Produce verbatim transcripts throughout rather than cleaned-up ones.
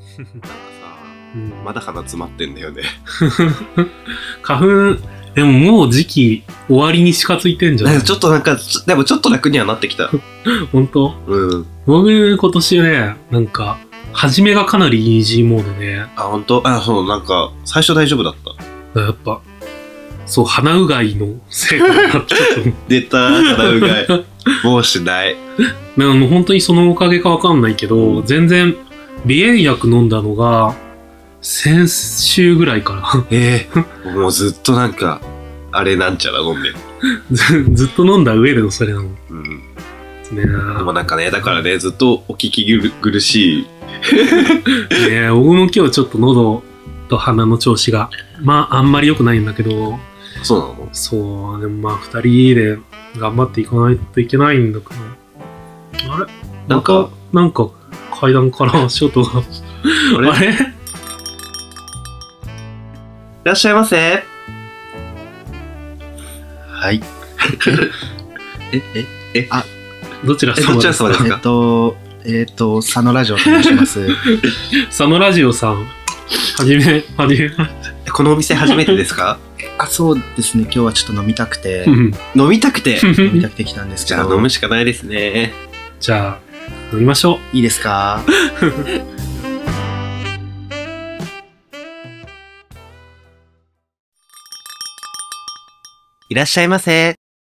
なんかさ、 うん、 まだ鼻詰まってんだよね。 花粉、でももう時期終わりに近づいてんじゃない？ ちょっとなんか、でもちょっと楽にはなってきた。 本当？ うん。 僕今年ね、なんか、初めがかなりイージーモードで。 あ、本当？あ、そう、なんか、最初大丈夫だった。 やっぱ、そう、鼻うがいのせいかな、ちょっと。 出た、鼻うがい。もうしない。 でも本当にそのおかげかわかんないけど、うん、全然、鼻炎薬飲んだのが、先週ぐらいから。 ええー、もうずっとなんか、あれなんちゃら飲んでる。 ず, ずっと飲んだ上でのそれなの。うん。ね、 でもなんかね、だからね、ずっとお聞き苦しい。 ね、僕も今日ちょっと喉と鼻の調子が、まああんまり良くないんだけど。 そうなの？ そう、でもまあ二人で頑張っていかないといけないんだけど。あれなんか、なんか階段からショートが。あれ？あれ？ いらっしゃいませ。はい。え、え、え、あ、 どちら様ですか？ ですか？ えっと、えっと、佐野ラジオと申します。 佐野ラジオさん、はじめ、はじめ。 このお店初めてですか？ あ、そうですね。今日はちょっと飲みたくて。 飲みたくて飲みたくて来たんですけど。 じゃあ飲むしかないですね。 じゃあ、飲みましょう。 いいですか？ いらっしゃいませ。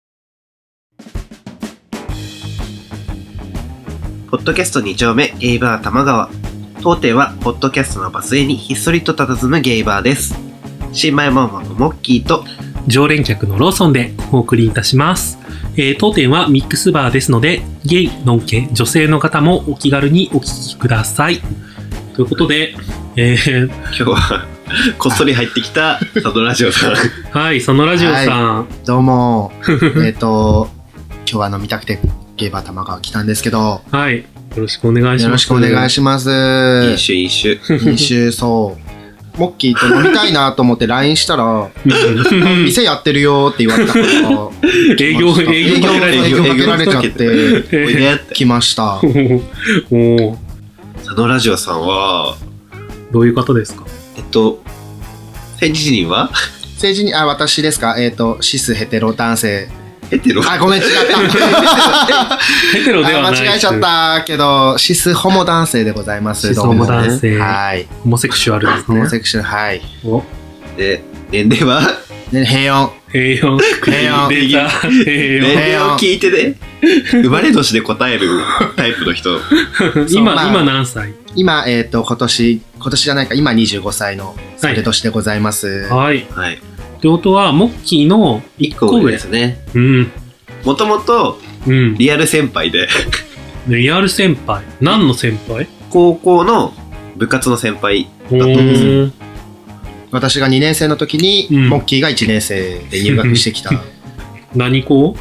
ポッドキャストに丁目ゲイバー玉川。当店はポッドキャストのバスへにひっそりと佇むゲイバーです。新米ママのモッキーと常連客のローソンでお送りいたします。えー、当店はミックスバーですので、ゲイ、ノンケ、女性の方もお気軽にお聞きください。ということで、えー、 今日はこっそり入ってきた佐野ラジオさん。 はい、佐野ラジオさん。はい、 どうも。えっと、今日は飲みたくてゲイバー玉川来たんですけど。 はい。よろしくお願いします。 よろしくお願いします。 飲酒飲酒。 飲酒、そう。モッキーと飲みたいなと思って ライン したら、店やってるよって言われたから、 営業、営業かけられちゃって、来ました。 お佐野ラジオさんは、 どういう方ですか？ えっと、政治人は政治人、あ、私ですか？えっと、シスヘテロ男性。 ヘテロ？ あ、ごめん、違った。 ヘテロではない。 間違えちゃったけど、シスホモ男性でございます。 シスホモ男性。 はい。 ホモセクシュアルですね。 ホモセクシュアル、はい。 おで、年齢はね、平穏。 平穏。 平穏。 平穏。 年齢を聞いてね、生まれ年で答えるタイプの人。 今、今何歳？ 今、えっと、今年、今年じゃないか、今にじゅうごさいのサル年でございます。 はい。 はい。 ってことは、モッキーのいっこ上ですね。 うん。 もともと、リアル先輩で、 うん。リアル先輩？何の先輩？ 高校の部活の先輩だったんですよ。 私がにねん生の時に、うん、モッキーがいちねん生で入学してきた。 何校？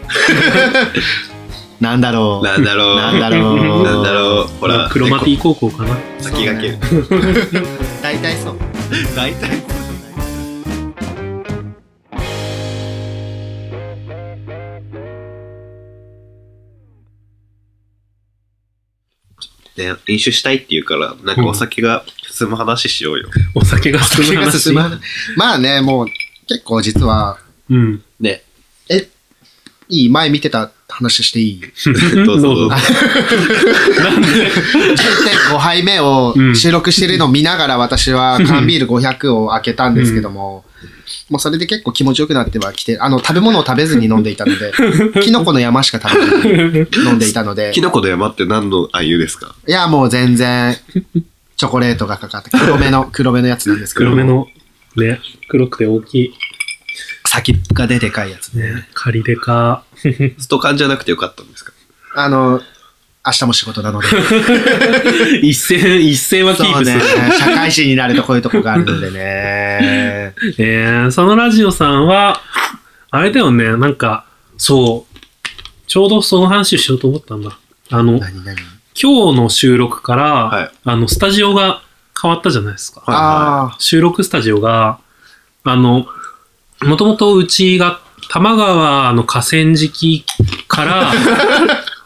なんだろう。 なんだろう。 なんだろう。 なんだろう。ほら。 クロマティ高校かな。 先駆ける。 大体そう。 大体そう。で、飲酒したいって言うから、なんかお酒が進む話しようよ。 うん、お酒が進む話。進むまあね、もう結構実は、 うん。 ね。 え、いい？前見てた話していい？ どうぞどうぞ。 なんで ? じゅってんご 杯目を収録してるのを見ながら私は缶ビールごひゃくを開けたんですけども、もうそれで結構気持ちよくなってはきて、あの、食べ物を食べずに飲んでいたので、キノコの山しか食べずに飲んでいたので。 キノコの山って何のあゆですか？ いや、もう全然、チョコレートがかかった黒めの、黒めのやつなんですけど。 黒めの、ね、黒くて大きい。 先っぽがででかいやつね。仮でか。 ストカンじゃなくてよかったんですか？ あの、明日も仕事なので。 一線、一線はキープする。 そうね。社会人になるとこういうとこがあるのでね。 えー、そのラジオさんは、あれだよね、なんか、そう、ちょうどその話しようと思ったんだ。あの、 何何今日の収録から、 はい、 あの、スタジオが変わったじゃないですか。 あ収録スタジオが、あの、もともとうちが多摩川の河川敷から、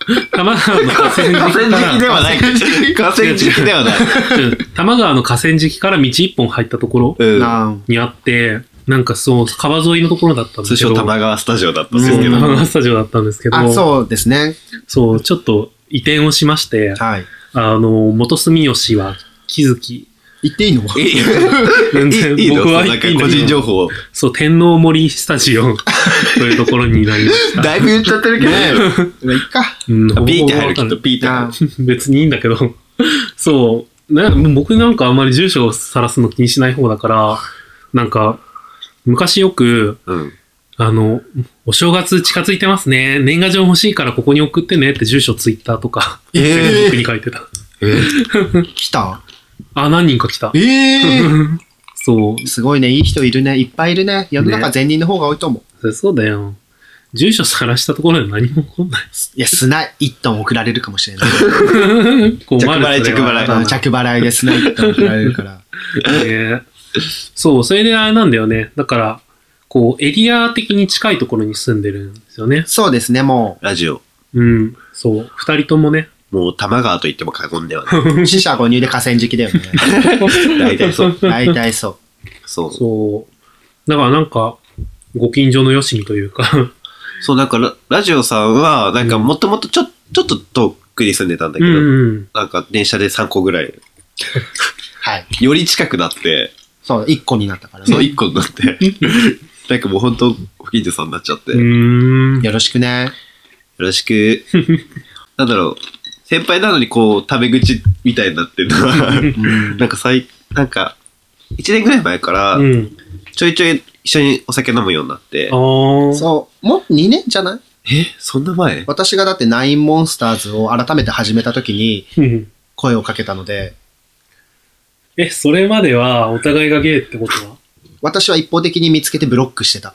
多摩川の河川敷河川敷ではない。河川敷ではない。 うん多摩川の河川敷から道一本入ったところうん。 なにあって、なんかそう、川沿いのところだったんです通けど。 称玉川スタジオだったんそう、 ですけど。 多摩川スタジオだったんですけど。 あ、そうですね。 そう、ちょっと移転をしまして、 はい。 あの、元住吉は木月。 言っていいの？ いい全然いいの僕はなんか個言っていいんだけど人情報。 そう、天皇森スタジオというところになりました。 だいぶ言っちゃってるけど。 ねいっか。 うん、 ピーって入る、きっとほぼほぼピーって入る。 別にいいんだけど、そう、ね、僕なんかあんまり住所を晒すの気にしない方だから、なんか、昔よく、 うん。 あの、お正月近づいてますね。年賀状欲しいからここに送ってねって住所ツイッターとか、 えー僕に書いてた。 え来た？ あ、何人か来た。 ええそう。 すごいね。いい人いるね。いっぱいいるね。世の中善人の方が多いと思う。 そうだよ。住所晒したところで何も起こんない。 いや、砂一トン送られるかもしれない。 困る着払いそれは着払いうん着払いで砂一トン送られるから。 ねそう、それであれなんだよね。だから、こう、エリア的に近いところに住んでるんですよね。 そうですね、もラジオ。 うん。そう。二人ともね。 もう玉川と言っても過言ではない。 う、死者誤入で河川敷だよね。 大体そう。 大体そそう。 そう。だからなんか、ご近所のよしみというか。 そう、なんかラ、ラジオさんは、なんかもともとちょ、ちょっと遠くに住んでたんだけど、 うんうん。 なんか電車でさんこぐらい、 う。はい。 より近くなって、 そう、一個になったからそう、 ね。 いっこになって、なんかもう本当ご近所さんになっちゃって、 うよーん。 よろしくね。 ろしく、なんだろう、先輩なのにこう、タメ口みたいになってるのは、 うんなんか最、なんか、いちねんぐらい前からう、ん。 ちょいちょい一緒にお酒飲むようになってあ、あ。 そう、もうにねんじゃない？ え、そんな前私がだってナインモンスターズを改めて始めた時にうん声をかけたので、 え、それまではお互いがゲイってことは私は一方的に見つけてブロックしてた。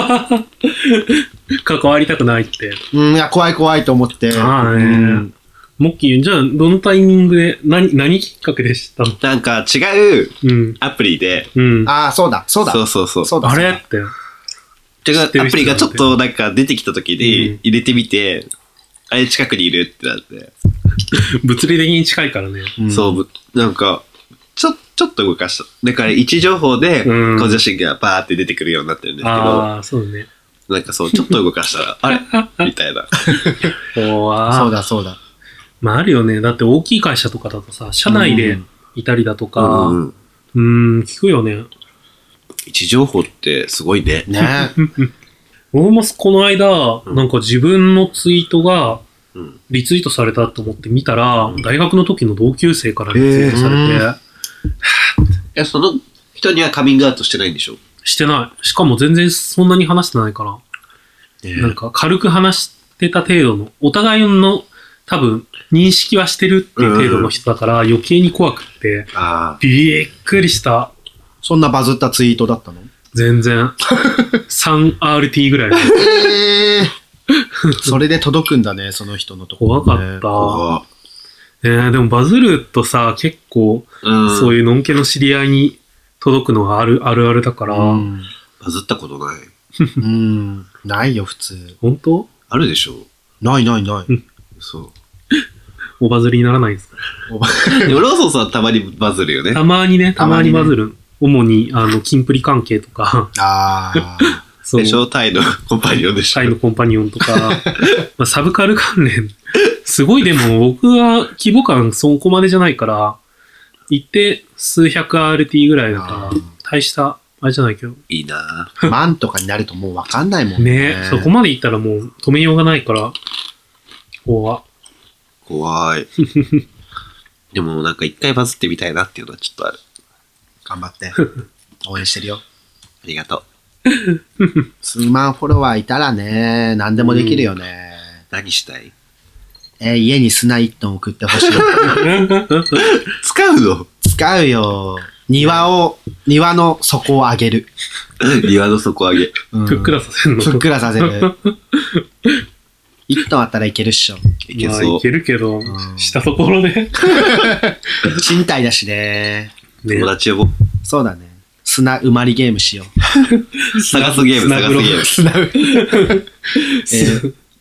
関わりたくないって。 うん、いや、怖い怖いと思って。 ああねうんモッキー、じゃあ、どのタイミングで、何、何きっかけで知ったのなんか違ううん。 アプリで、 うん。 ああ、そうだ、そうだ。 そうそうそう。 そうだ。 あれって。 違う知ってる人アプリがちょっとなんか出てきた時うんに入れてみて、あれ近くにいるってなって、 物理的に近いからね。 うんそう、ぶなんか、ちょ、ちょっと動かした。だから位置情報でうん顔写真がバーって出てくるようになってるんですけど、 ああ、そうね。 なんかそう、ちょっと動かしたら、あれみたいな。 おわそうだ、そうだ。 まああるよね。だって大きい会社とかだとさ、社内でいたりだとか、ううんーん、聞くよね。 位置情報ってすごいね。 ね。 俺もこの間、 うんなんか自分のツイートがうん。 リツイートされたと思って見たら、大学の時の同級生からリツイートされて、 えーえ、その人にはカミングアウトしてないんでしょしてない。しかも全然そんなに話してないから、なんか軽く話してた程度の、お互いの多分認識はしてるっていう程度の人だから余計に怖くって、 あびっくりした。 そんなバズったツイートだったの？ 全然。スリーアールティー ぐらいの。 ええそれで届くんだね、その人のところ、 怖かった。 あ。 えー、でもバズるとさ、結構、 うん。 そういうのんけの知り合いに届くのがあるあるあるだから、 うん。 バズったことない。 うん。ないよ、普通。 本当あるでしょないないない。 そおバズりにならないですかう。でもローソンさんたまにバズるよね。 たまにね、たまにたまにねバズる。主に、あの、キンプリ関係とか、 ああ。 そうでしょタイのコンパニオンでしょタイのコンパニオンとか、まあ、サブカル関連。すごいでも僕は規模感そこまでじゃないから、行って数百 アールティー ぐらいだからあー、 大した、あれじゃないけど。 いいなぁ。 万とかになるともうわかんないもんね。 ねそこまで行ったらもう止めようがないから、怖怖い。でもなんか一回バズってみたいなっていうのはちょっとある。 頑張って。応援してるよ。 ありがとう。 数万フォロワーいたらね、何でもできるよね。 何したいえー家に砂一トン送ってほしい。 使うの使うよ。庭を、庭の底を上げる。 庭の底上げ。 うんふっくらさせるの。 ふっくらさせる。一トンあったらいけるっしょ。 まあ、 いけそ。 いうけるけど、 んしたところで。 賃貸だしね。 ね友達呼ぼう。 そうだね。砂埋まりゲームしよう。 探すゲーム、探すゲーム。 砂埋えー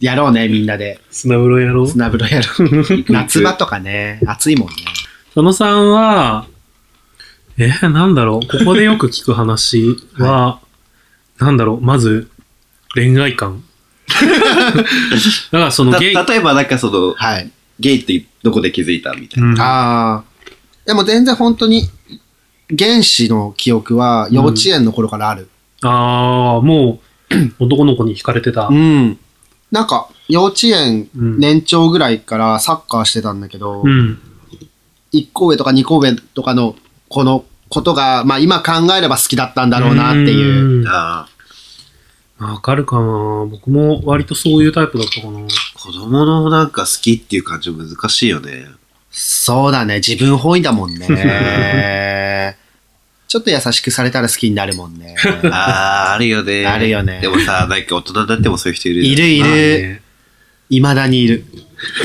やろうね、みんなで。 砂風呂やろう。 砂風呂やろう。夏場とかね、暑いもんね。 佐野さんは、えー、なんだろう、ここでよく聞く話は、はなんだろう、まず、恋愛観。だからそのゲイ。 例えばなんかその、 はい、 ゲイってどこで気づいたみたいな。 うん、ああ。でも全然本当に、原始の記憶は幼稚園の頃からある。 うん、ああ、もう、男の子に惹かれてた。 うん。なんか、幼稚園年長ぐらいからサッカーしてたんだけど、うん、いっこ上とかにこ上とかのこのことが、まあ今考えれば好きだったんだろうなっていう。 ああ。わかるかな。僕も割とそういうタイプだったかな。 子供のなんか好きっていう感じ難しいよね。 そうだね。自分本位だもんね。ちょっと優しくされたら好きになるもんね。 ああ、あるよね。 あるよね。 でもさ、なんか大人になってもそういう人いる。 いるいる。いまだにいる。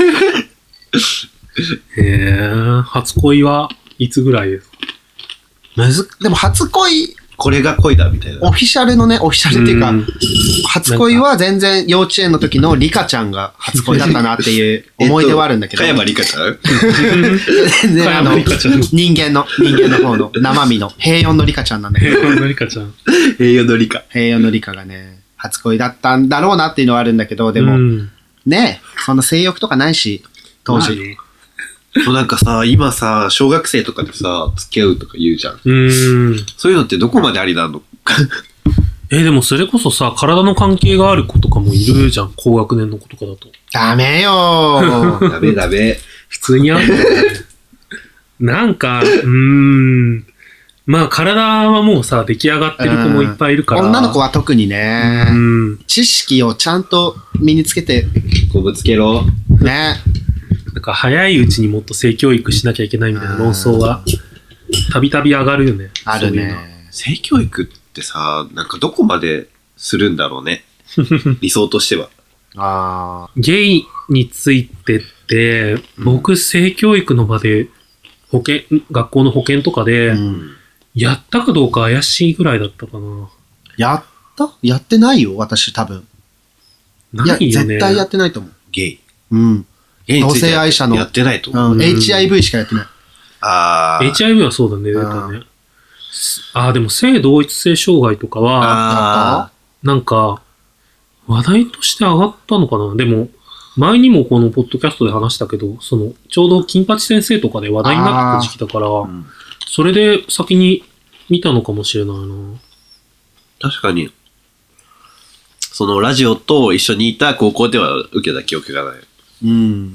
へえ、初恋はいつぐらいですか？ むず、でも初恋、 これが恋だみたいな。 オフィシャルのね、オフィシャルっていうか、初恋は全然幼稚園の時のリカちゃんが初恋だったなっていう思い出はあるんだけど。 加山リカちゃん全然あの、人間の、人間の方の生身の平穏のリカちゃんなんだけど。 平穏のリカちゃん。 平穏のリカ。 平穏のリカがね、初恋だったんだろうなっていうのはあるんだけど、でも、ね、そんな性欲とかないし、当時。 そうなんかさ、今さ、小学生とかでさ、付き合うとか言うじゃん。 うーん。 そういうのってどこまでありなの？ え、でもそれこそさ、体の関係がある子とかもいるじゃん。高学年の子とかだと。 ダメよー。 ダメダメ。 普通にあるよね。なんか、うーん。まあ体はもうさ、出来上がってる子もいっぱいいるから。 女の子は特にね、うん、知識をちゃんと身につけて、 こうぶつけろ。 ね。 なんか早いうちにもっと性教育しなきゃいけないみたいな論争はたびたび上がるよね。 あるね。 性教育ってさ、なんかどこまでするんだろうね。理想としては。 あゲイについてって、うん、僕性教育の場で保健、学校の保健とかで、うん、やったかどうか怪しいぐらいだったかな。 やったやってないよ、私多分。 ないよね。 いや、絶対やってないと思う。 ゲイ。 うん。同性愛者の。 やってないと。 うん。エイチアイブイ しかやってない。 ああ。 エイチアイブイ はそうだね、出たね。ああ、でも性同一性障害とかは、なんか、話題として上がったのかな。でも、前にもこのポッドキャストで話したけど、その、ちょうど金八先生とかで話題になった時期だから、うん、それで先に見たのかもしれないな。 確かに、そのラジオと一緒にいた高校では受けた記憶がない。 うん。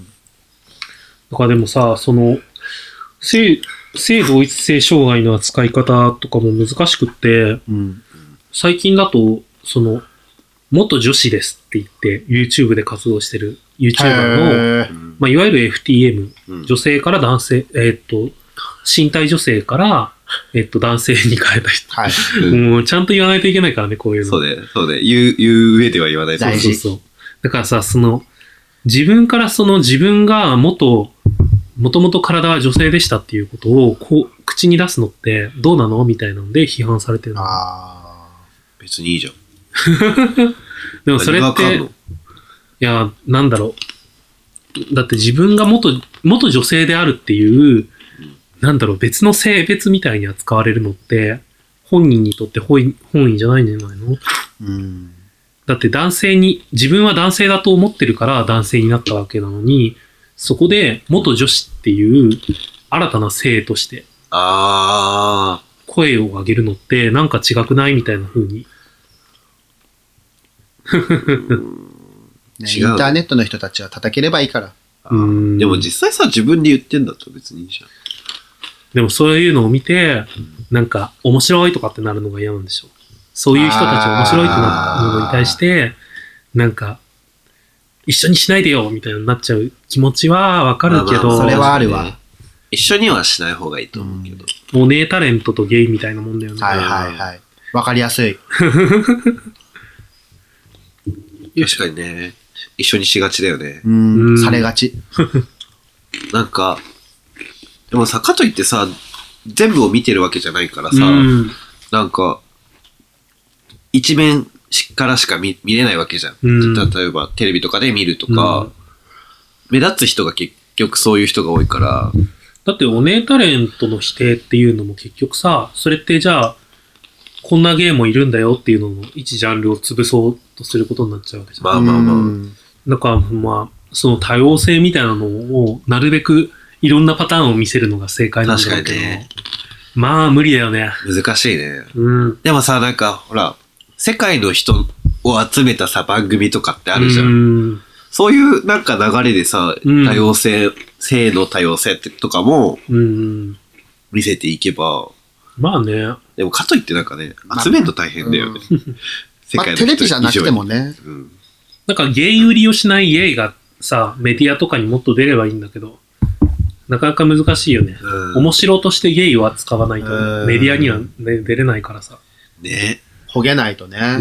だからでもさ、その、性、性同一性障害の扱い方とかも難しくって、うん、最近だと、その、元女子ですって言って YouTube で活動してる YouTuber の、まあ、いわゆる エフティーエム、うん、女性から男性、えー、っと、身体女性から、えー、っと、男性に変えた人。はい。もうちゃんと言わないといけないからね、こういうの。 そうで、そうで、言う、言う上では言わないと。 そうそうそう。だからさ、その、自分からその自分が元、もともと体は女性でしたっていうことをこう口に出すのってどうなのみたいなので批判されてるの。 ああ。別にいいじゃん。 でもそれって、いや、なんだろう。だって自分が元、元女性であるっていう、うん、なんだろう、別の性別みたいに扱われるのって、本人にとって本意、本意じゃないんじゃないの？うん。だって男性に、自分は男性だと思ってるから男性になったわけなのに、そこで元女子っていう新たな性として、 ああ。 声を上げるのってなんか違くないみたいな風に。 ね、インターネットの人たちは叩ければいいから。 うんでも実際さ、自分で言ってんだと別にいいじゃん。 でもそういうのを見て、なんか面白いとかってなるのが嫌なんでしょ。そういう人たち面白いってなるのに対して、なんか、一緒にしないでよみたいになっちゃう気持ちはわかるけど、まあまあそれはあるわ。 一緒にはしない方がいいと思うけど。 モネタレントとゲイみたいなもんだよね。 はいはいはい。わかりやすい。 確かにね。一緒にしがちだよね。 うん、されがち。 なんか、でもさ、かといってさ、全部を見てるわけじゃないからさ、なんか、一面しからしか 見, 見れないわけじゃん、 うん、 例えばテレビとかで見るとか、うん、目立つ人が結局そういう人が多いから。 だってお姉タレントの否定っていうのも結局さ、それってじゃあこんな芸もいるんだよっていうのの一ジャンルを潰そうとすることになっちゃうわけじゃん。 まあまあまあ。 だからまあその多様性みたいなのをなるべくいろんなパターンを見せるのが正解なんだろうけど、ね、まあ無理だよね。 難しいね。 うん。 でもさ、なんかほら世界の人を集めたさ番組とかってあるじゃん。うん、そういうなんか流れでさ、多様性、うん、性の多様性ってとかも見せていけば、 まあね。 でもかといってなんかね、集めると大変だよね。 うん、世界の人、まあ、テレビじゃなくてもね。 うん、なんかゲイ売りをしないゲイがさ、メディアとかにもっと出ればいいんだけど、なかなか難しいよね。うん、面白としてゲイを扱わないと、メディアには、ね、出れないからさ。 ね。 ほげないとね。 うん。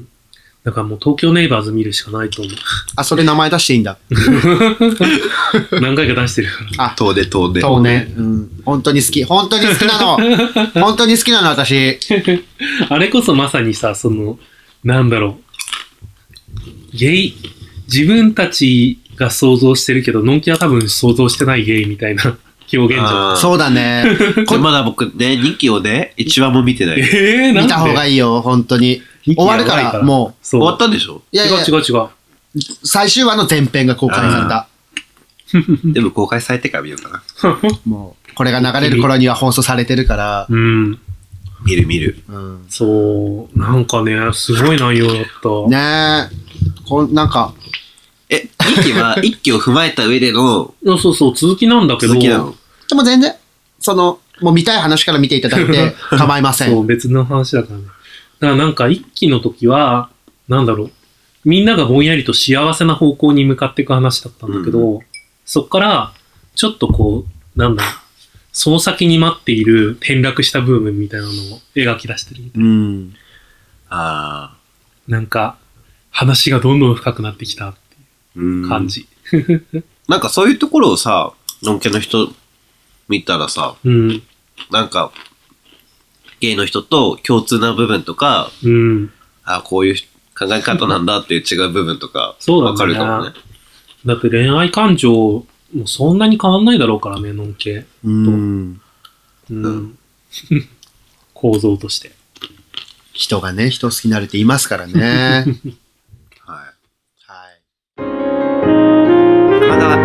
だからもう東京ネイバーズ見るしかないと思う。 あ、それ名前出していいんだ。 何回か出してるから。 あ、遠出遠出。 遠出。うん。本当に好き。本当に好きなの。本当に好きなの、私。 あれこそまさにさ、その、なんだろう。ゲイ、自分たちが想像してるけど、のんきは多分想像してないゲイみたいな表現じゃん。 そうだね。 まだ僕ね、にきをね、いちわも見てない。 えー、なんで見た方がいいよ、本当に。終わるから、からもう。終わったんでしょ？ いやいや違う違う違う。 最終話の前編が公開された。 でも公開されてから見ようかな。 もう、これが流れる頃には放送されてるから。 うん。 見る見る。 うん。 そう。なんかね、すごい内容だった。 ねえ。こんなんか。 え、にきは一期を踏まえた上での。 そうそう、続きなんだけど。 続きなの。 でも全然、その、もう見たい話から見ていただいて構いません。 そう、別の話だからね。だからなんか一期の時は、なんだろう。みんながぼんやりと幸せな方向に向かっていく話だったんだけど、うん、そっから、ちょっとこう、なんだろう。その先に待っている転落した部分みたいなのを描き出してるみたいな。 うん。ああ。 なんか、話がどんどん深くなってきたっていう感じ。 なんかそういうところをさ、のんけの人見たらさ、 うん、 なんか、ゲイの人と共通な部分とか、 うん、 あこういう考え方なんだっていう違う部分とか、わかるかもね。 だって恋愛感情もそんなに変わんないだろうからね、のんけと。 うん。 うん、構造として。 人がね、人好きになるって言いますからね。 はい。 はい。 玉川。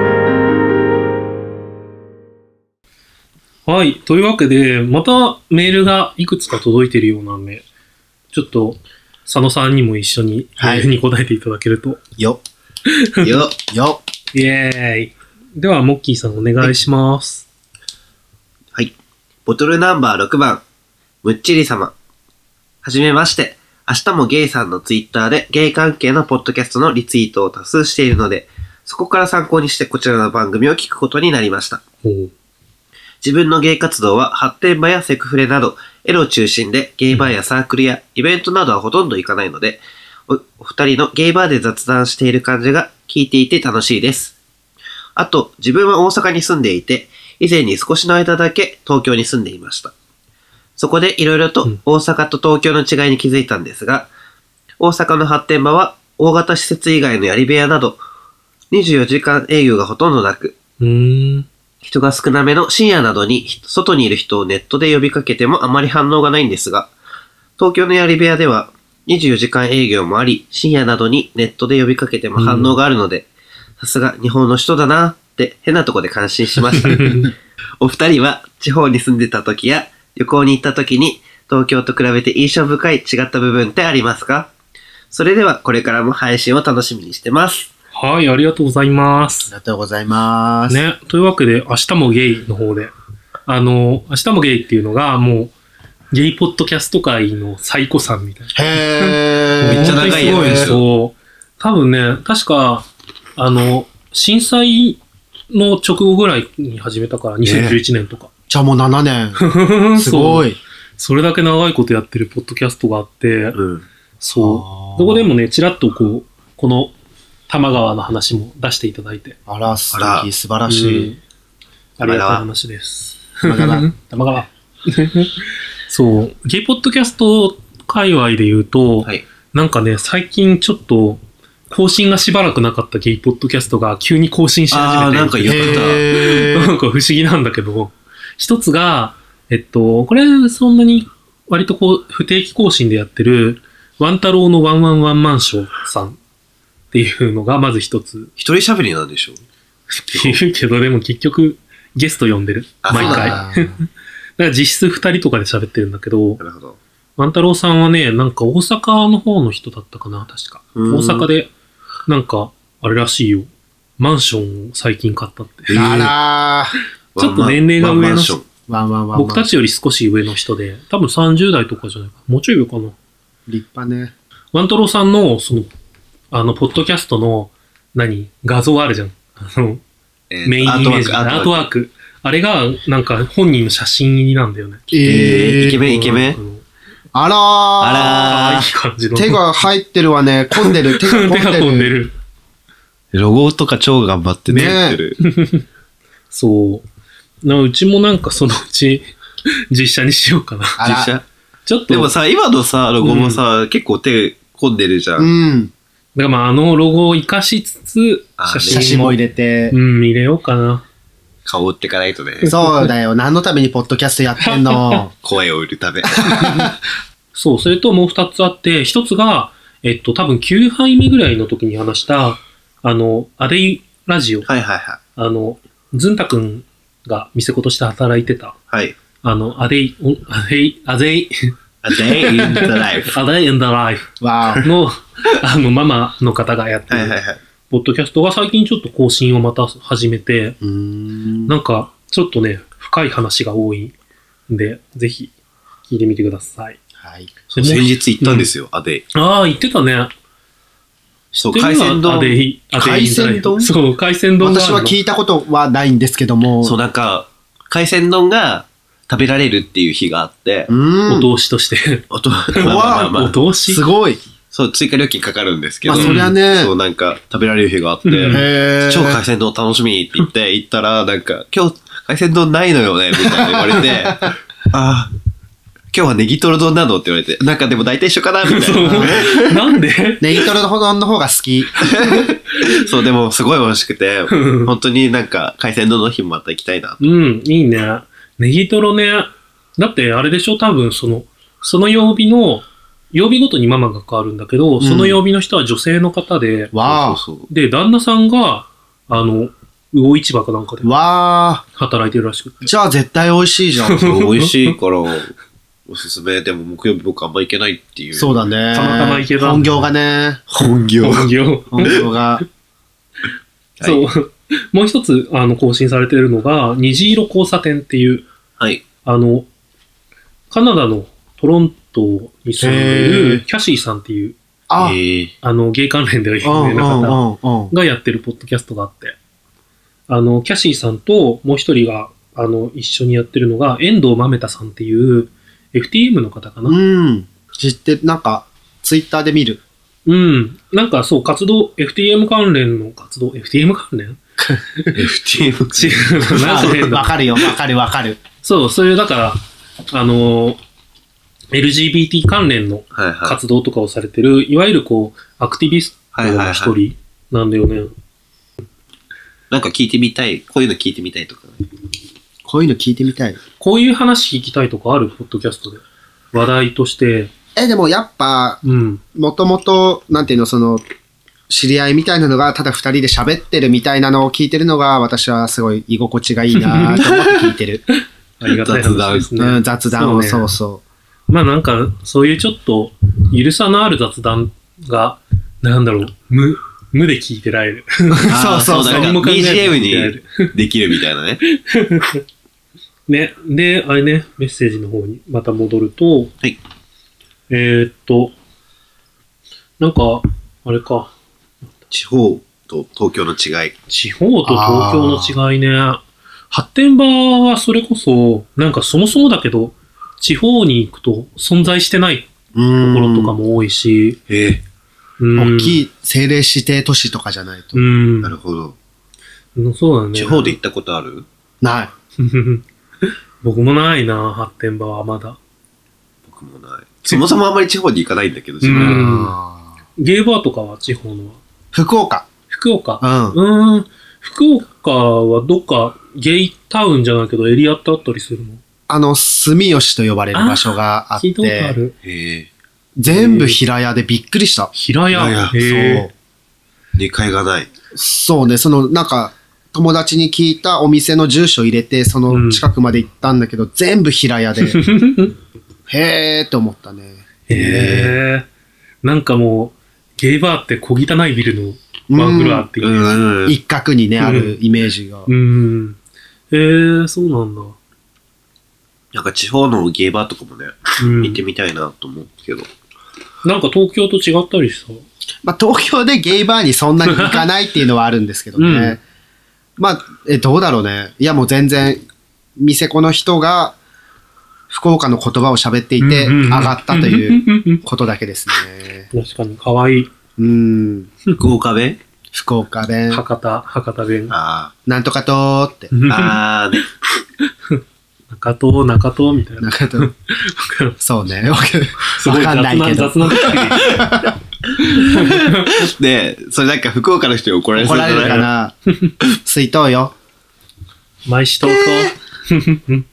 はい。というわけで、またメールがいくつか届いているようなんで、ちょっと、佐野さんにも一緒にメールに答えていただけると。 よ。 よ。 よ。 イェーイ。では、モッキーさんお願いします。 はい。ボトルナンバーろくばん、むっちり様。はじめまして。明日もゲイさんのツイッターでゲイ関係のポッドキャストのリツイートを多数しているので、そこから参考にしてこちらの番組を聞くことになりました。自分のゲイ活動は発展場やセクフレなどエロ中心でゲイバーやサークルやイベントなどはほとんど行かないので、お, お二人のゲイバーで雑談している感じが聞いていて楽しいです。あと、自分は大阪に住んでいて、以前に少しの間だけ東京に住んでいました。そこでいろいろと大阪と東京の違いに気づいたんですが、大阪の発展場は大型施設以外のやり部屋などにじゅうよじかん営業がほとんどなく、 うーん人が少なめの深夜などに外にいる人をネットで呼びかけてもあまり反応がないんですが、東京のやり部屋ではにじゅうよじかん営業もあり、深夜などにネットで呼びかけても反応があるので、さすが日本の人だなって変なとこで感心しました。お二人は地方に住んでた時や旅行に行った時に東京と比べて印象深い違った部分ってありますか？それではこれからも配信を楽しみにしてます。 はい、ありがとうございます。 ありがとうございます。 ね、というわけで、明日もゲイの方で、あの、明日もゲイっていうのが、もう、ゲイポッドキャスト界の最古さんみたいな。 へー。めっちゃ長いやつですよ。 そう。多分ね、確か、あの、震災の直後ぐらいに始めたから、にせんじゅういちねんとか。 じゃあもうななねん。すごい。 それだけ長いことやってるポッドキャストがあって、 うん、 そう。そこでもね、ちらっとこう、この、玉川の話も出していただいて。 あら、素敵、素晴らしい。うん、 ありがたい話です。 玉川。 玉川。そう。ゲイポッドキャスト界隈で言うと、 はい、 なんかね、最近ちょっと、更新がしばらくなかったゲイポッドキャストが急に更新し始めて。 あー、なんか言ってた。 なんか不思議なんだけど、一つが、えっと、これそんなに割とこう不定期更新でやってる、ワン太郎のワンワンワンマンションさんっていうのがまず一つ。 一人喋りなんでしょっていうけど、でも結局ゲスト呼んでる。毎回。だから実質二人とかで喋ってるんだけど、 なるほど。 ワン太郎さんはね、なんか大阪の方の人だったかな、確か。大阪で、なんか、あれらしいよ。マンションを最近買ったって。 あらー。ちょっと年齢が上の人。 ワンワンワン。 僕たちより少し上の人で、多分さんじゅう代とかじゃないか。もうちょい上かな。 立派ね。 ワン太郎さんの、その、あの、ポッドキャストの、何画像あるじゃん。あの、 えー、 メインイメージ、アートワーク。あれが、なんか本人の写真入りなんだよね。 えー、イケメンイケメンあらー。 あらー。 いい感じの。 手が入ってるわね。混んでる。手が混んでる。 手が混んでる。 ロゴとか超頑張ってね。やってる。 そうな。うちもなんかそのうち実写にしようかな。 実写ちょっと。 でもさ、今のさ、ロゴもさ、うん、結構手込んでるじゃん。 うん。 だからまああのロゴを活かしつつ、 写真も、写真も入れて。 うん、入れようかな。 顔売ってかないとね。 そうだよ。何のためにポッドキャストやってんの声を売るため。 そう、それともう二つあって、一つが、えっと、多分きゅうはいめぐらいの時に話した、あの、アデイラジオ。 はいはいはい。 あの、ズンタ君が店子として働いてた。 はい。 あの、アデイ、アデイ、アデイ、 A day in the life. A day in the life の、あの、ママの方がやってる、はいはいはい、ポッドキャストが最近ちょっと更新をまた始めて、 うーんなんか、ちょっとね、深い話が多いんで、ぜひ、聞いてみてください。 はい。 先日行ったんですよ、うん、アデイ。 ああ、行ってたね。 そう、海鮮丼。 アデイ、アデイ海鮮丼そう、海鮮丼。 私は聞いたことはないんですけども。 そう、なんか、海鮮丼が食べられるっていう日があって、 お通しとして。 おと、まあまあまあ、 お通しすごい。 そう、追加料金かかるんですけど。 まあ、そりゃね。 そう、なんか、食べられる日があって、超海鮮丼楽しみって言って、行ったら、なんか、今日、海鮮丼ないのよね、みたいな言われて、ああ、今日はネギトロ丼なのって言われて、なんかでも大体一緒かなみたいな。なんでネギトロ丼の方が好き。 そう、でもすごい美味しくて、本当になんか海鮮丼の日もまた行きたいな。 うん、いいね。ネギトロね。だってあれでしょ、多分その、その曜日の、曜日ごとにママが変わるんだけど、うん、その曜日の人は女性の方で、 わそうそうで、旦那さんが、あの、魚市場かなんかで、 わ働いてるらしくて。 じゃあ絶対美味しいじゃん。 美味しいから、おすすめ。でも木曜日僕あんま行けないっていう。 そうだね。 たまたま行けた。 本業がね。 本業。 本業。 本業が。 そう。はい、もう一つ、あの、更新されているのが、虹色交差点っていう、 はい。 あの、カナダのトロントに住んでいるキャシーさんっていう、 あ, あの、ゲイ関連では有名な方がやってるポッドキャストがあって、あの、キャシーさんともう一人が、あの、一緒にやってるのが、遠藤豆太さんっていう、エフティーエム の方かな。 うん。知ってる。なんか、ツイッターで見る。 うん。なんかそう、活動、エフティーエム 関連の活動、エフティーエム 関連エフティーエムわかるよ、わかるわかる。 そう、そういう、だから、あの、エルジービーティー 関連の活動とかをされてる、はいはい、いわゆるこう、アクティビストの一人なんだよね、はいはいはい。 なんか聞いてみたい、こういうの聞いてみたいとか、ね。 こういうの聞いてみたい。 こういう話聞きたいとかあるポッドキャストで。話題として。 え、でもやっぱ、 うん。 もともと、なんていうの、その、知り合いみたいなのが、ただ二人で喋ってるみたいなのを聞いてるのが、私はすごい居心地がいいなと思って聞いてる。 ありがたい話ですね。 うん、雑談を、そうね、そうそう。 まあなんか、そういうちょっと、ゆるさのある雑談が、なんだろう、無、無で聞いてられる。 そうそうそう。 何も考えて ビージーエム にできるみたいなね。 ね。で、あれね、メッセージの方にまた戻ると、 はい。 えー、っと、なんか、あれか。 地方と東京の違い。 地方と東京の違いね。発展場はそれこそ、なんかそもそもだけど、地方に行くと存在してないところとかも多いし、 ええ大きい政令指定都市とかじゃないと。 うん、 なるほど。 そうだね。 地方で行ったことある？ ない。 僕もないな、発展場はまだ。 僕くもない。そもそもあんまり地方に行かないんだけど、自う分。 んあーゲイバーとかは地方のは福岡。 福岡。 うん。 うーん。福岡はどっかゲイタウンじゃないけどエリアってあったりするの？ あの、住吉と呼ばれる場所があっ聞いたことあて、 る。 へえ。 全部平屋でびっくりした。 平屋。 平屋へーにかいがない。 そうね、その、なんか、友達に聞いたお店の住所入れて、その近くまで行ったんだけど、全部平屋で、へーって思ったね。 へえ。なんかもう、ゲイバーって小汚いビルのワンフロアっていうう。 んうん。 一角にね、あるイメージが。 うん。へえ、そうなんだ。 なんか地方のゲーバーとかもね、 うん行ってみたいなと思うけど。 なんか東京と違ったりさ。 まあ、東京でゲイバーにそんなに行かないっていうのはあるんですけどね。 うんまあ、え、どうだろうね。いや、もう全然、店子の人が、福岡の言葉を喋っていて、 うんうんうん上がったということだけですね。 確かに、かわいい。 うん。 福岡弁福岡弁、 博多、博多弁。 あなんとかとーって。 あ。あーね。 中東、中東みたいな。 なんかと、そうね。わかすごいわかんないけど。 雑な、雑な。 で、それなんか福岡の人に怒られそうじゃない怒られるかな水筒よ。 毎しとうと。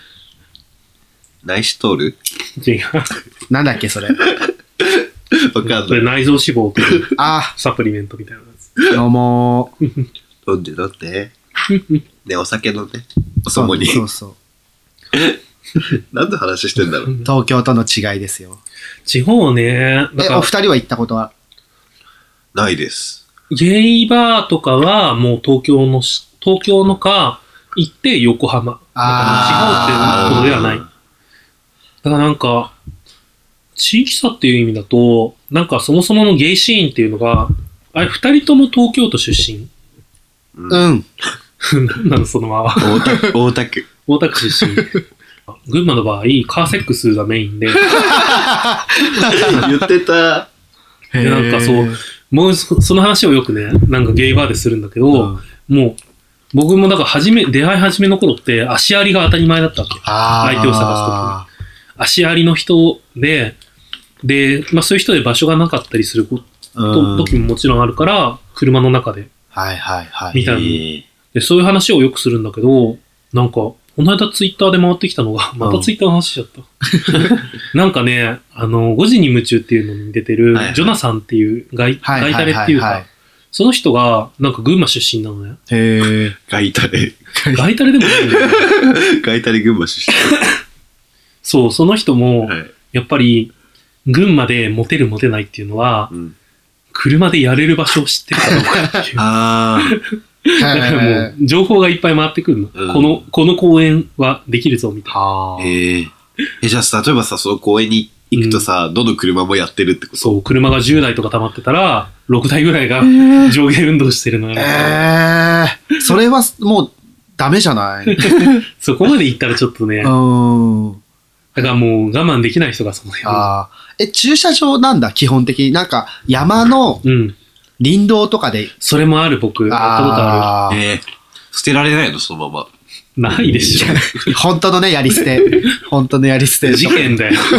内視通る違う。 なんだっけ、それ。 わかんこれない。 内臓脂肪というあ、 サプリメントみたいなやつ。 どうもー。 飲んで飲んで。ね、お酒飲んで。お供に。 そうそう。 何の話してんだろう。 東京との違いですよ。 地方ね、だえ、 からお二人は行ったことはないです。 ゲイバーとかはもう東京のし、東京のか行って横浜。だから地方っていうことではない。だからなんか、地域差っていう意味だと、なんかそもそものゲイシーンっていうのが、あれ二人とも東京都出身うん。 うん。 なんなのそのまま。 大田区。大田区。 大田区出身。群馬の場合、カーセックスがメインで、 言ってた。 でなんかそう、もうそその話をよくね、なんかゲイバーでするんだけど、もう、僕もだから初め、出会い始めの頃って足ありが当たり前だったわけ。 相相手を探すときに。足ありの人で、で、まあそういう人で場所がなかったりすること時ももちろんあるから、車の中で、 はいはいはい。 みたいな。 えーで、そういう話をよくするんだけど、なんか、この間ツイッターで回ってきたのが、またツイッターの話しちゃった。なんかね、あの、ごじに夢中っていうのに出てるはいはい、 ジョナサンっていうガイ、 はいガイタレっていうか、その人が、なんか群馬出身なのね。 へえ。 ガイタレ。 ガイタレでもないんだよね。 ガイタレ群馬出そう、その人も身。、はい。 やっぱり、群馬でモテるモテないっていうのは、 うん。 車でやれる場所を知ってるかどうかっていう。 あだからもう、情報がいっぱい回ってくるの。 うんこの、この公園はできるぞ、みたいな。 はあ。ええ。え、じゃあさ、例えばさ、その公園に行くとさ、どの車もやってるってこと？ そう、車がじゅうだいとか溜まってたら、ろくだいぐらいが上下運動してるのよ。 ええ。それはもうダメじゃないそこまで行ったらちょっとね、 うん。 だからもう我慢できない人がその辺。 ああ。え、駐車場なんだ、基本的に。なんか、山のうん。 林道とかで。 それもある僕、やったことああええ。捨てられないのそのまま。 る。ないでしょ。 ー本当のね、やり捨て。本当のやり捨て。 事件だよ。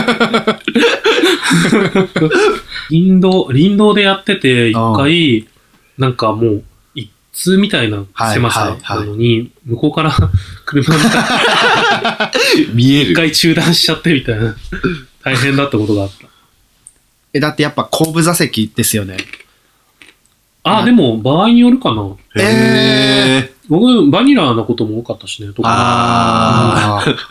林道、林道でやってて、一回、なんかもう、一通みたいな狭さなのに、向こうから車の中見える。 一回中断しちゃってみたいな、大変だったことがあった。 え、だってやっぱ後部座席ですよね。 あ、でも、場合によるかな。 ええ。 僕、バニラなことも多かったしね、とか。 ああ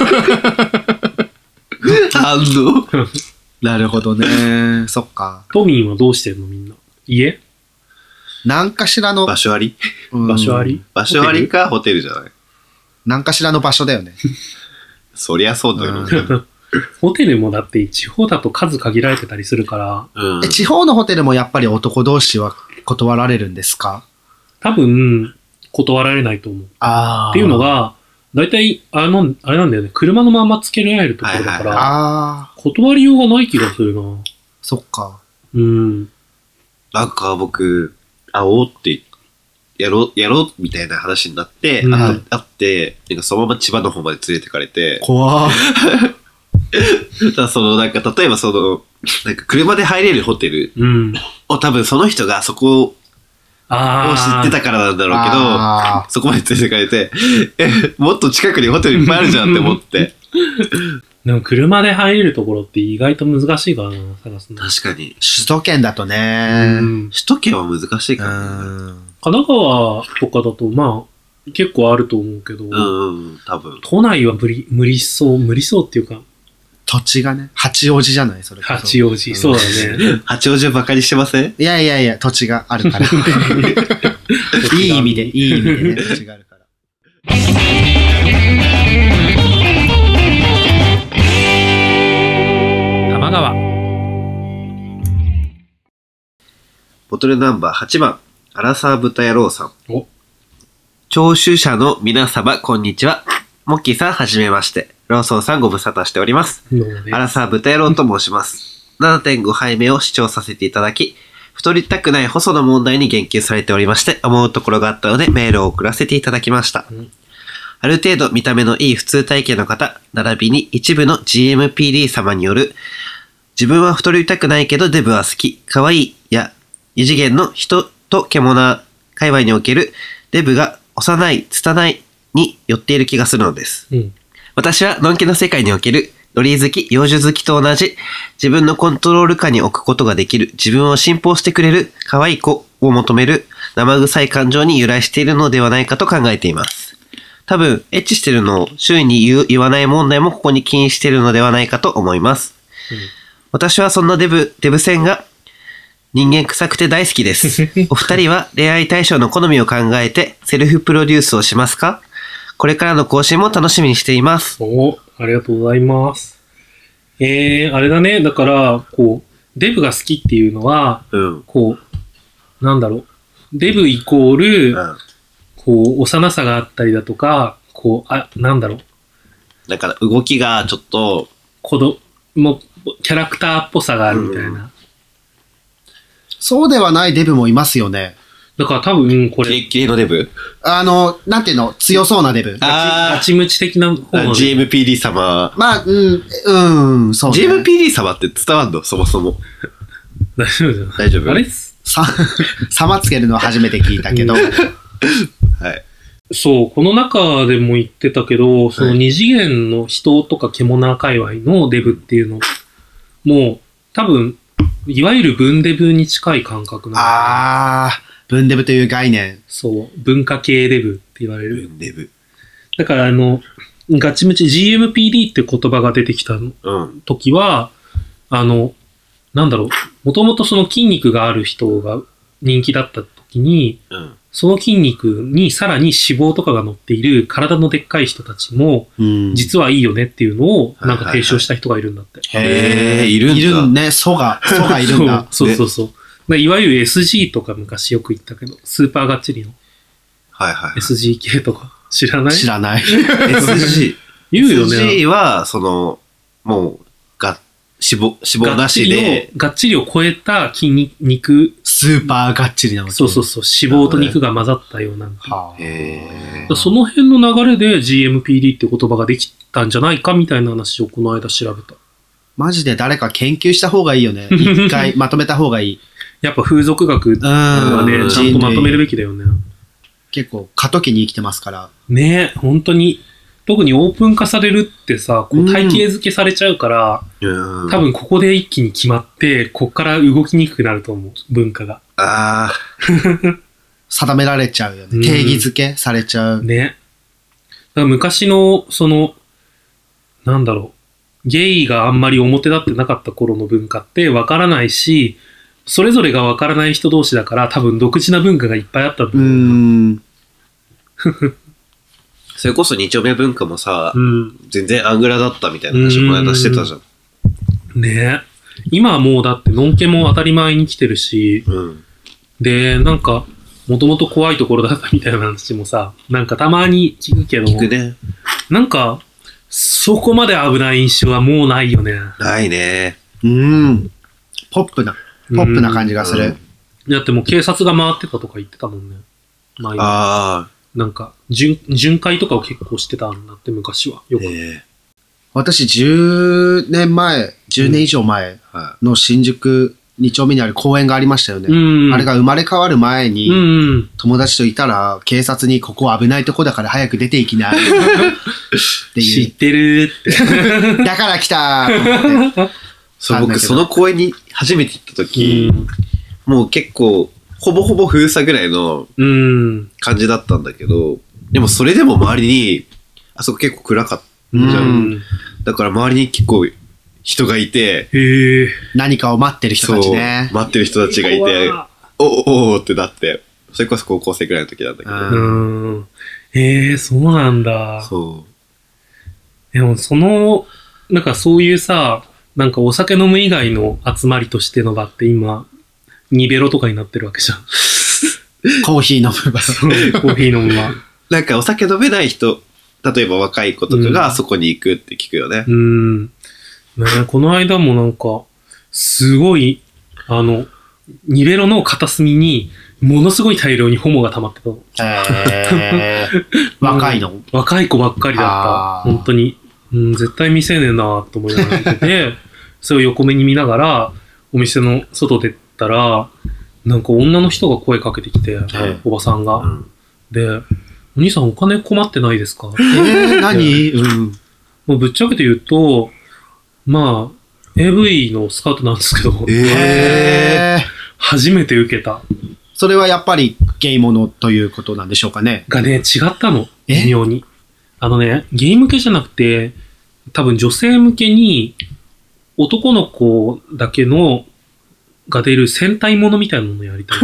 あ。反応。 あ。なるほどね。そっか。 都民はどうしてんのみんな。家何かしらの、 場所ありうん場所あり場所ありかホテルじゃない？ 何かしらの場所だよね。 そりゃそうだよね。 ホテルもだって地方だと数限られてたりするから、 うんえ、。地方のホテルもやっぱり男同士は断られるんですか？ 多分、断られないと思う。 ああ。 っていうの、が、大体、あの、あれなんだよね、車のままつけられるところだから、 ああ、 断りようがない気がするな。 そっか。 うん。 なんか僕、会おうって、やろう、やろうみたいな話になって、 うんあ会って、なんかそのまま千葉の方まで連れてかれて、 怖だからそのなんか例えばその、なんか車で入れるホテルうん。 を多分その人がそこをああ。 知ってたからなんだろうけあど、そこまで連れてかれて、え、もっと近くにホテルいっぱいあるじゃんって思って。 でも車で入れるところって意外と難しいからな、探すの。 確かに。 首都圏だとね。 うん首都圏は難しいからね。 うん神奈川とかだと、まあ、結構あると思うけど、 うんうん、多分。 都内は無理、無理そう、無理そうっていうか、 土地がね、八王子じゃないそれこそ。 八王子、そうだね。 八王子をバカにしてません？ いやいやいや、土地があるから。いい意味で、いい意味でね、土地があるから。 玉川。 ボトルナンバーはちばん、アラサー豚野郎さん。 お聴取者の皆様、こんにちは。モッキーさん、はじめまして。ローソンさん、ご無沙汰しております。 どうもねアラサー豚野郎と申します。ななてんご 杯目を視聴させていただき、太りたくない細の問題に言及されておりまして、思うところがあったのでメールを送らせていただきました。 うんある程度見た目のいい普通体型の方、並びに一部の ジーエムピーディー 様による、自分は太りたくないけどデブは好き、可愛いや、異次元の人と獣界隈におけるデブが幼い、拙いに寄っている気がするのです。 うん。 私はのんけの世界におけるロリー好き、幼女好きと同じ自分のコントロール下に置くことができる自分を信奉してくれる可愛い子を求める生臭い感情に由来しているのではないかと考えています。多分、エッチしてるのを周囲に言う言わない問題もここに起因しているのではないかと思います。 うん私はそんなデブ、デブ戦が人間臭くて大好きです。お二人は恋愛対象の好みを考えてセルフプロデュースをしますか？これからの更新も楽しみにしています。 お、ありがとうございます。えー、あれだね。だから、こう、デブが好きっていうのは、 うん。 こう、なんだろう。デブイコール、 うん。 こう、幼さがあったりだとか、こう、あ、なんだろう。 だから動きがちょっと、 子供、もキャラクターっぽさがあるみたいな。 うんそうではないデブもいますよね。 だから多分、これ、 キレッキレのデブあの、なんていうの、強そうなデブ。 あガチムチ的な方の、 ー、ジーエムピーディー 様。 まあ、うん、うん、そう、ね。 ジーエムピーディー 様って伝わんのそもそも。 大丈夫じゃない大丈夫あれさ、様つけるのは初めて聞いたけど。 はい。 そう、この中でも言ってたけど、その二次元の人とか獣界隈のデブっていうのも、多分、いわゆる文デブに近い感覚なんだよね。 あー、文デブという概念。 そう、文化系デブって言われる。 デブ。 だからあの、ガチムチ ジーエムピーディー って言葉が出てきたうん。 時は、あの、なんだろう、もともとその筋肉がある人が人気だった時に、 うん。 その筋肉にさらに脂肪とかが乗っている体のでっかい人たちも、 うん実はいいよねっていうのをなんかはいはいはい提唱した人がいるんだって。 へーいるんだいるね、ソが、ソがいるんだ。 そうそうそうそう。まあいわゆる エスジー とか昔よく言ったけど、スーパーガッチリのはいはいはいエスジー 系とか知らない知らない。 エスジー。 言うよね。 エスジー は、その、もう、が、脂肪、脂肪なしで、 がっちりを、がっちりを超えた筋肉、 スーパーがっちりなわけ。 そうそうそう、脂肪と肉が混ざったような。 はあ、 へその辺の流れで ジーエムピーディー って言葉ができたんじゃないかみたいな話をこの間調べた。 マジで誰か研究した方がいいよね。一回まとめた方がいい。 やっぱ風俗学はね、 うんちゃんとまとめるべきだよね。 結構過渡期に生きてますから。 ねえ、本当に。特にオープン化されるってさ、こう体系づけされちゃうから、 うん。 多分ここで一気に決まって、こっから動きにくくなると思う、文化が。 あ定められちゃうよね。 うん定義づけされちゃう。 ね。だから昔の、その、なんだろう、ゲイがあんまり表立ってなかった頃の文化ってわからないし、それぞれがわからない人同士だから多分独自な文化がいっぱいあったんだうーん。 それこそ二丁目文化もさ、 うん。 全然アングラだったみたいな話をこの間してたじゃん。 ねえ。今はもうだってノンケも当たり前に来てるし、 うん。 で、なんか、もともと怖いところだったみたいな話もさ、なんかたまに聞くけど、 聞くね。 なんか、そこまで危ない印象はもうないよね。 ないね。 うーん。ポップな、ポップな感じがする。 だってもう警察が回ってたとか言ってたもんね。前にあなんか巡、巡回とかを結構してたんだって昔は。よあ。 く。 え私じゅうねんまえ、じゅうねん以上前の新宿に丁目にある公園がありましたよね。 うん、 あれが生まれ変わる前に、 うん、 友達といたら警察にここ危ないとこだから早く出ていきなっていう。 知ってるって。 だから来たーと思って。 そう、僕その公園に初めて行った時、うん、もう結構、ほぼほぼ封鎖ぐらいの感じだったんだけど、でもそれでも周りに、あそこ結構暗かったじゃん。うん、だから周りに結構人がいて、 へ何かを待ってる人たちね。 そう、待ってる人たちがいて、おおおってなって、それこそ高校生ぐらいの時なんだけど。 うん。へえ、そうなんだ。 そう。 でもその、なんかそういうさ、なんかお酒飲む以外の集まりとしての場って今、ニベロとかになってるわけじゃん。 コーヒー飲む場。 コーヒー飲む場。 なんかお酒飲めない人、例えば若い子とかがそこに行くって聞くよね。 うん。ね、この間もなんか、すごい、あの、ニベロの片隅に、ものすごい大量にホモが溜まってたの。 えー、若いの、うん、 若い子ばっかりだった。本当に。うん、絶対未成年だなと思いながら見てて、それを横目に見ながら、お店の外出たら、なんか女の人が声かけてきて、おばさんが。うん、で、お兄さんお金困ってないですか？ えー、何、うん、 もうぶっちゃけて言うと、まあ、エーブイ のスカウトなんですけど、 えー、 初めて受けた。 それはやっぱりゲイものということなんでしょうかね。 がね、違ったの。微妙に。あのね、ゲイ向けじゃなくて、多分女性向けに、男の子だけの、が出る戦隊ものみたいなのをやりたい。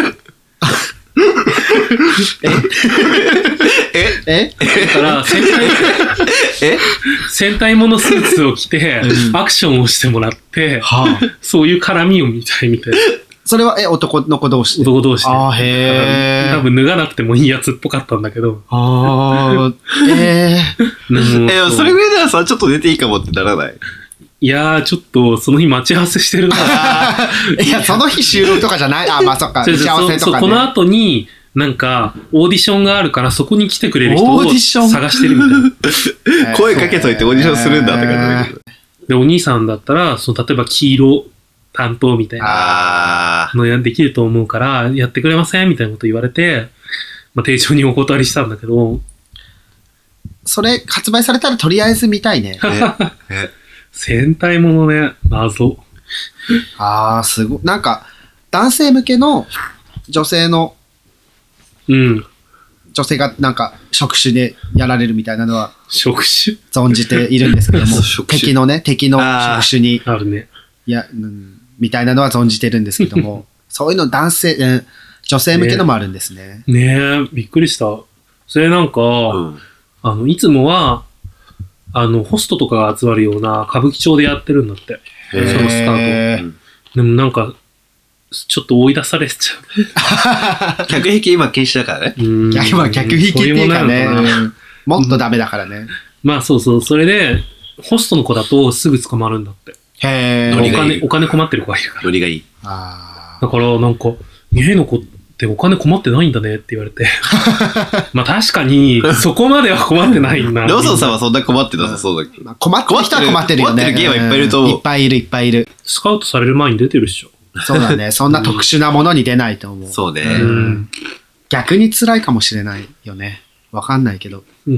ええだから戦隊、え戦隊ものスーツを着て、アクションをしてもらって、はあ、そういう絡みを見たいみたいな。 それは、え、男の子同士で男同士で。 ああ、へえ。 多分脱がなくてもいいやつっぽかったんだけど。 ああ、へえ。 え、それぐらいならさ、ちょっと出ていいかもってならない？ いやー、ちょっと、その日待ち合わせしてるな。 いや、その日収録とかじゃないあ、まあ、そっか。打ち合わせとか、ね。 そう、この後に、なんか、オーディションがあるから、そこに来てくれる人を探してるみたいな。 声かけといてオーディションするんだって感じだけど。 で、お兄さんだったら、その、例えば黄色担当みたいなのやできると思うから、やってくれませんみたいなこと言われて、まあ、丁重にお断りしたんだけど。 それ、発売されたらとりあえず見たいね。 え戦隊ものね、謎。 ああ、すごい。なんか、男性向けの女性の、 うん。 女性がなんか職種でやられるみたいなのは、 職種存じているんですけども、敵のね、敵の職種に、 あるね。 いや、うん、みたいなのは存じてるんですけども、そういうの男性、うん、女性向けのもあるんですね。 ねえ、びっくりした。それなんか、うん、あの、いつもは、あの、ホストとかが集まるような歌舞伎町でやってるんだって。そのスタート。でもなんか、ちょっと追い出されちゃう。客引き今禁止だからね。 うん。今客引きっていうかね、もっとダメだからね。 まあそうそう。それで、ホストの子だとすぐ捕まるんだって。 へー。お金、お金困ってる子がいるから。 ノリがいい。 あだからなんか、ゲイの子ってお金困ってないんだねって言われて。まあ確かに、そこまでは困ってないな。 ローソンさんはそんな困ってなさそうだけど。 困ってる人は困ってるよね。 困ってるゲイはいっぱいいると思う。 いっぱいいるいっぱいいる。 スカウトされる前に出てるっしょ。 そうだね。そんな特殊なものに出ないと思う。 そうね。 うん。逆に辛いかもしれないよね。わかんないけど。 うん。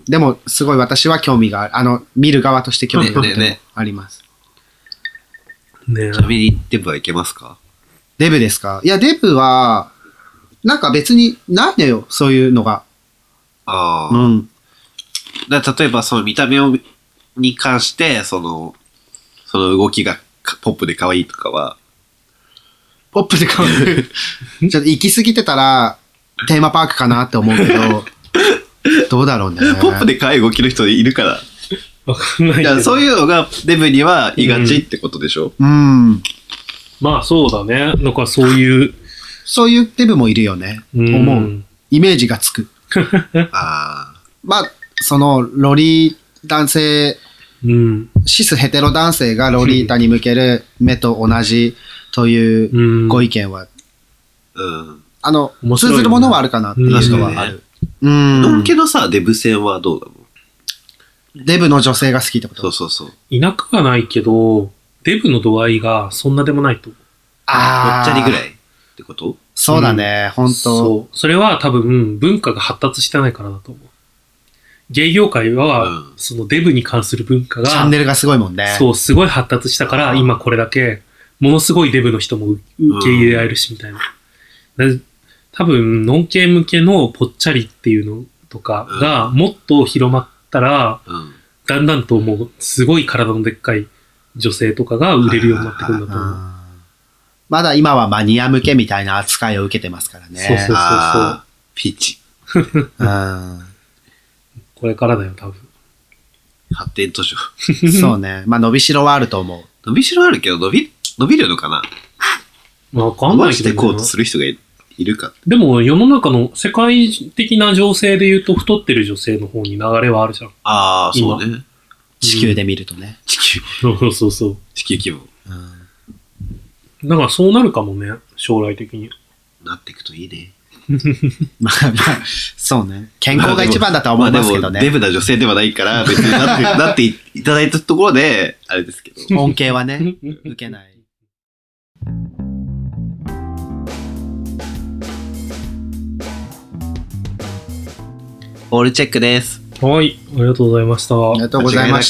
でも、すごい私は興味がある。あの、見る側として興味があります。 ね。 ちなみにデブはいけますか？ デブですか？いや、デブは、なんか別にないのよ、そういうのが。 ああ。 うん。 だ例えば、その見た目をに関して、その、その動きがポップで可愛いとかは。 ポップで可愛いちょっと行き過ぎてたら、テーマパークかなって思うけど、どうだろうね。 ポップで可愛い動きの人いるから。 わかんないけど。 いや、そういうのがデブにはいがちってことでしょ？ うん。うん、 まあそうだね。なんかそういう。 そういうデブもいるよね。思う。イメージがつく。 ああ。 まあ、その、ロリ男性、 うん、 シスヘテロ男性がロリータに向ける目と同じというご意見は、 うん、 あの、通ずるものはあるかなっていうのはある。 うん。のんけのさ、デブ戦はどうなの？ デブの女性が好きってこと？ そうそうそう。 いなくはないけど、デブの度合いがそんなでもないと思う。 あぽっちゃりぐらい。 いってこと？ そうだね、ほんと。 そう。それは多分文化が発達してないからだと思う。ゲイ業界は、 うん、 そのデブに関する文化が、 チャンネルがすごいもんね。 そう、すごい発達したから、今これだけ、ものすごいデブの人も受け入れられるし、みたいな。うん、多分、ノン系向けのぽっちゃりっていうのとかが、もっと広まったら、うん、だんだんともう、すごい体のでっかい女性とかが売れるようになってくるんだと思う。 まだ今はマニア向けみたいな扱いを受けてますからね。 そうそうそうそう。 ピーチ。 うんこれからだよ、多分。 発展途上。 そうね。まあ、伸びしろはあると思う。 伸びしろあるけど、伸び、伸びるのかな？ わかんないけど、ね。 伸ばしてこうとする人がいるか。 でも、世の中の世界的な情勢で言うと、太ってる女性の方に流れはあるじゃん。 ああ、そうね。 地球で見るとね。 地球。 そうそうそう。 地球規模。 うん。だからそうなるかもね、将来的に。 なっていくといいね。 まあまあ、そうね。健康が一番だとは思いますけどね。 まあ、でも、デブな女性ではないから、別になって、なっていただいたところで、あれですけど。 恩恵はね、受けない。 オールチェックです。 はい、ありがとうございました。 ありがとうございました。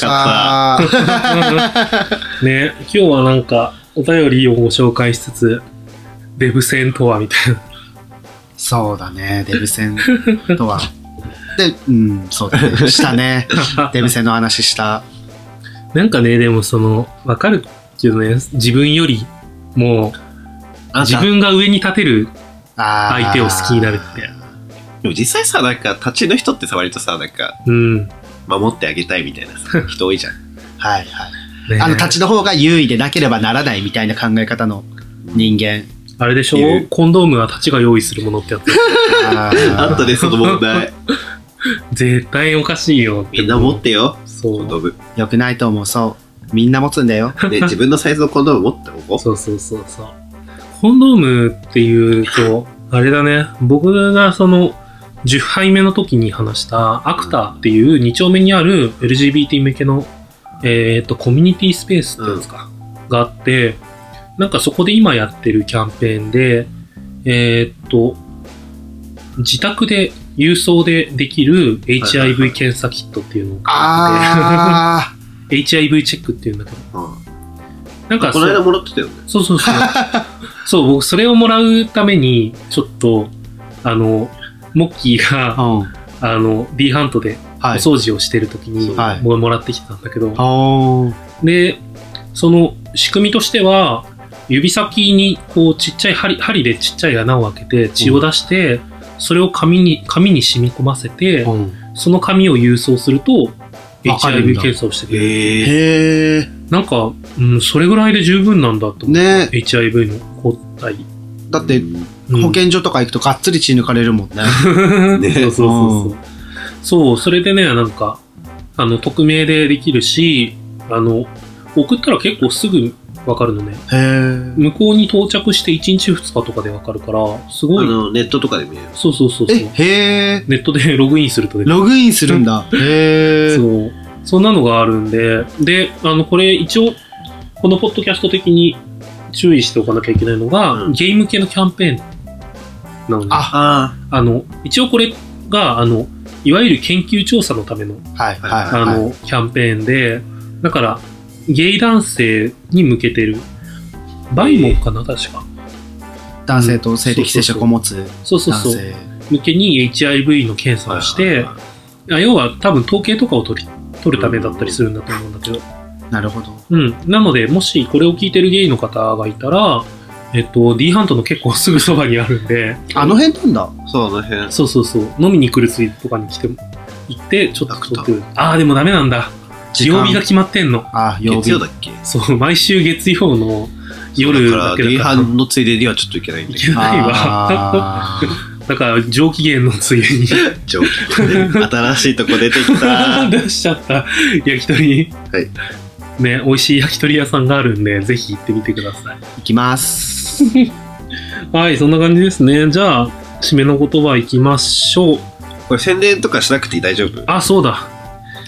ね、今日はなんか、お便りをご紹介しつつ、デブ戦とはみたいな。 そうだね、デブ戦とは。で、うん、そうだね。したね。デブ戦の話した。 なんかね、でもその、わかるけどね、自分よりも、自分が上に立てる相手を好きになるって。 でも実際さ、なんか、立ちの人ってさ、割とさ、なんか、うん、守ってあげたいみたいなさ、人多いじゃん。 はいはい。ね、あの、立ちの方が優位でなければならないみたいな考え方の人間。 あれでしょ？コンドームは立ちが用意するものってやつ。 あ, あったね、その問題。 絶対おかしいよ。 みんな持ってよ。 そう。 コンドーム。 よくないと思う。そう。みんな持つんだよ。 で、自分のサイズのコンドーム持っておこう。 そうそうそうそう。コンドームっていうと、あれだね。僕がその、じゅっはいめの時に話したアクターっていうに丁目にある エルジービーティー 向けの、えっと、コミュニティスペースってやつか、うん、があって、なんかそこで今やってるキャンペーンで、えー、っと、自宅で郵送でできる エイチアイブイ 検査キットっていうのを買ってて、エイチアイブイ チェックっていうんだけど。うん、なんかこの間もらってたよね。 そうそうそう。そう、僕それをもらうために、ちょっと、あの、モッキーが、うん、あの、D ハントでお掃除をしてる時に、はい、もらってきてたんだけど、はい、で、その仕組みとしては、指先にこうちっちゃい針、針でちっちゃい穴を開けて血を出して、うん、それを紙に、紙に染み込ませて、うん、その紙を郵送すると、エイチアイブイ 検査をしてくれる。 へー。 なんか、うん、それぐらいで十分なんだと思う。ね、エイチアイブイ の抗体。 だって、うん、保健所とか行くとがっつり血抜かれるもんね。 ねそうそうそうそう。そう、それでね、なんか、あの、匿名でできるし、あの、送ったら結構すぐわかるのね。 へー。 向こうに到着していちにちふつかとかでわかるから、すごい。 あの、ネットとかで見える。 そうそうそうそう。 へー。 ネットでログインするとね。 ログインするんだ。へー。 そう。そんなのがあるんで、で、あの、これ一応、このポッドキャスト的に注意しておかなきゃいけないのが、うん、ゲーム系のキャンペーンなので、 ああの、一応これが、あの、いわゆる研究調査のための、 はいはいはい、 あの、キャンペーンで、だから、ゲイ男性に向けてる、バイモンかな、確か。 男性と性的接触を持つ男性。 そうそうそう。向けに エイチアイブイ の検査をして、要は多分統計とかを取り、取るためだったりするんだと思うんだけど。 なるほど。 うん。なので、もしこれを聞いてるゲイの方がいたら、えっと、D ハントの結構すぐそばにあるんで。 あの辺なんだ。 そう、あの辺。 そうそうそう。飲みに来るついとかに来て、行って、ちょっと取ってる。ああ、でもダメなんだ。曜日が決まってんの。 ああ、曜日。 月曜だっけ？ そう、毎週月曜の夜だけだから。 D ハンのついでにはちょっといけないんだけど。 いけないわ。だから上機嫌のついでに上機嫌新しいとこ出てきた出しちゃった焼き鳥、 はいね、美味しい焼き鳥屋さんがあるんでぜひ行ってみてください。 行きますはい、そんな感じですね。じゃあ締めの言葉いきましょう。 これ宣伝とかしなくて大丈夫？ あ、そうだ、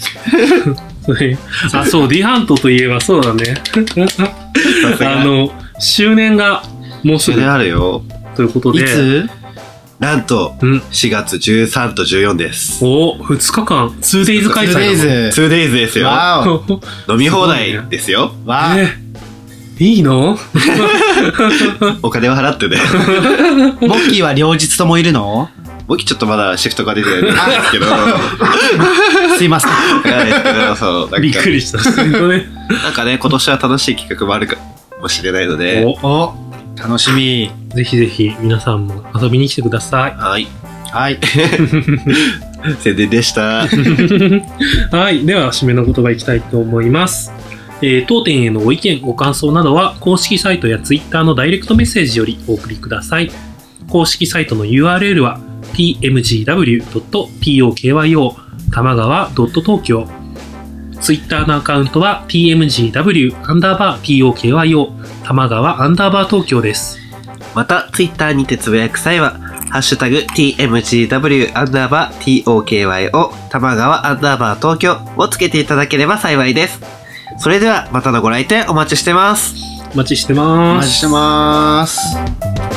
それあ、そう、D ハントといえばそうだね。あの、周年がもうすぐそれあるよ。 ということで。 いつ？ なんと、 うん、 しがつじゅうさんとじゅうよんです。 お、ふつかかん、ツーデイズ開催なの。 ツーデイズ。 ツーデイズですよ。 わ飲み放題ですよ。 お。わえ、いいの？ お金を払ってね。 お。モッキーは両日ともいるの？ 僕ちょっとまだシフトが出てないんですけど。 すいません。 ないですけど、そう、なんかびっくりした。本当ね。 なんかね、今年は楽しい企画もあるかもしれないので。 お、 お、楽しみ。 ぜひぜひ皆さんも遊びに来てください。 はい。 はい。 宣伝でした。 はい。では、締めの言葉いきたいと思います。えー、当店へのご意見、ご感想などは、公式サイトやツイッターのダイレクトメッセージよりお送りください。公式サイトの ユーアールエル は、ティーエムジーダブリュードットトー玉川 .tokyo。ツイッターのアカウントは ティーエムジーダブリュー アンダーバー トー玉川アンダーバー東京です。 また、ツイッターにてつぶやく際は、ハッシュタグ ティーエムジーダブリュー アンダーバー トー玉川アンダーバー東京をつけていただければ幸いです。それでは、またのご来店お待ちしてます。 お待ちしておます。 待ちしてます。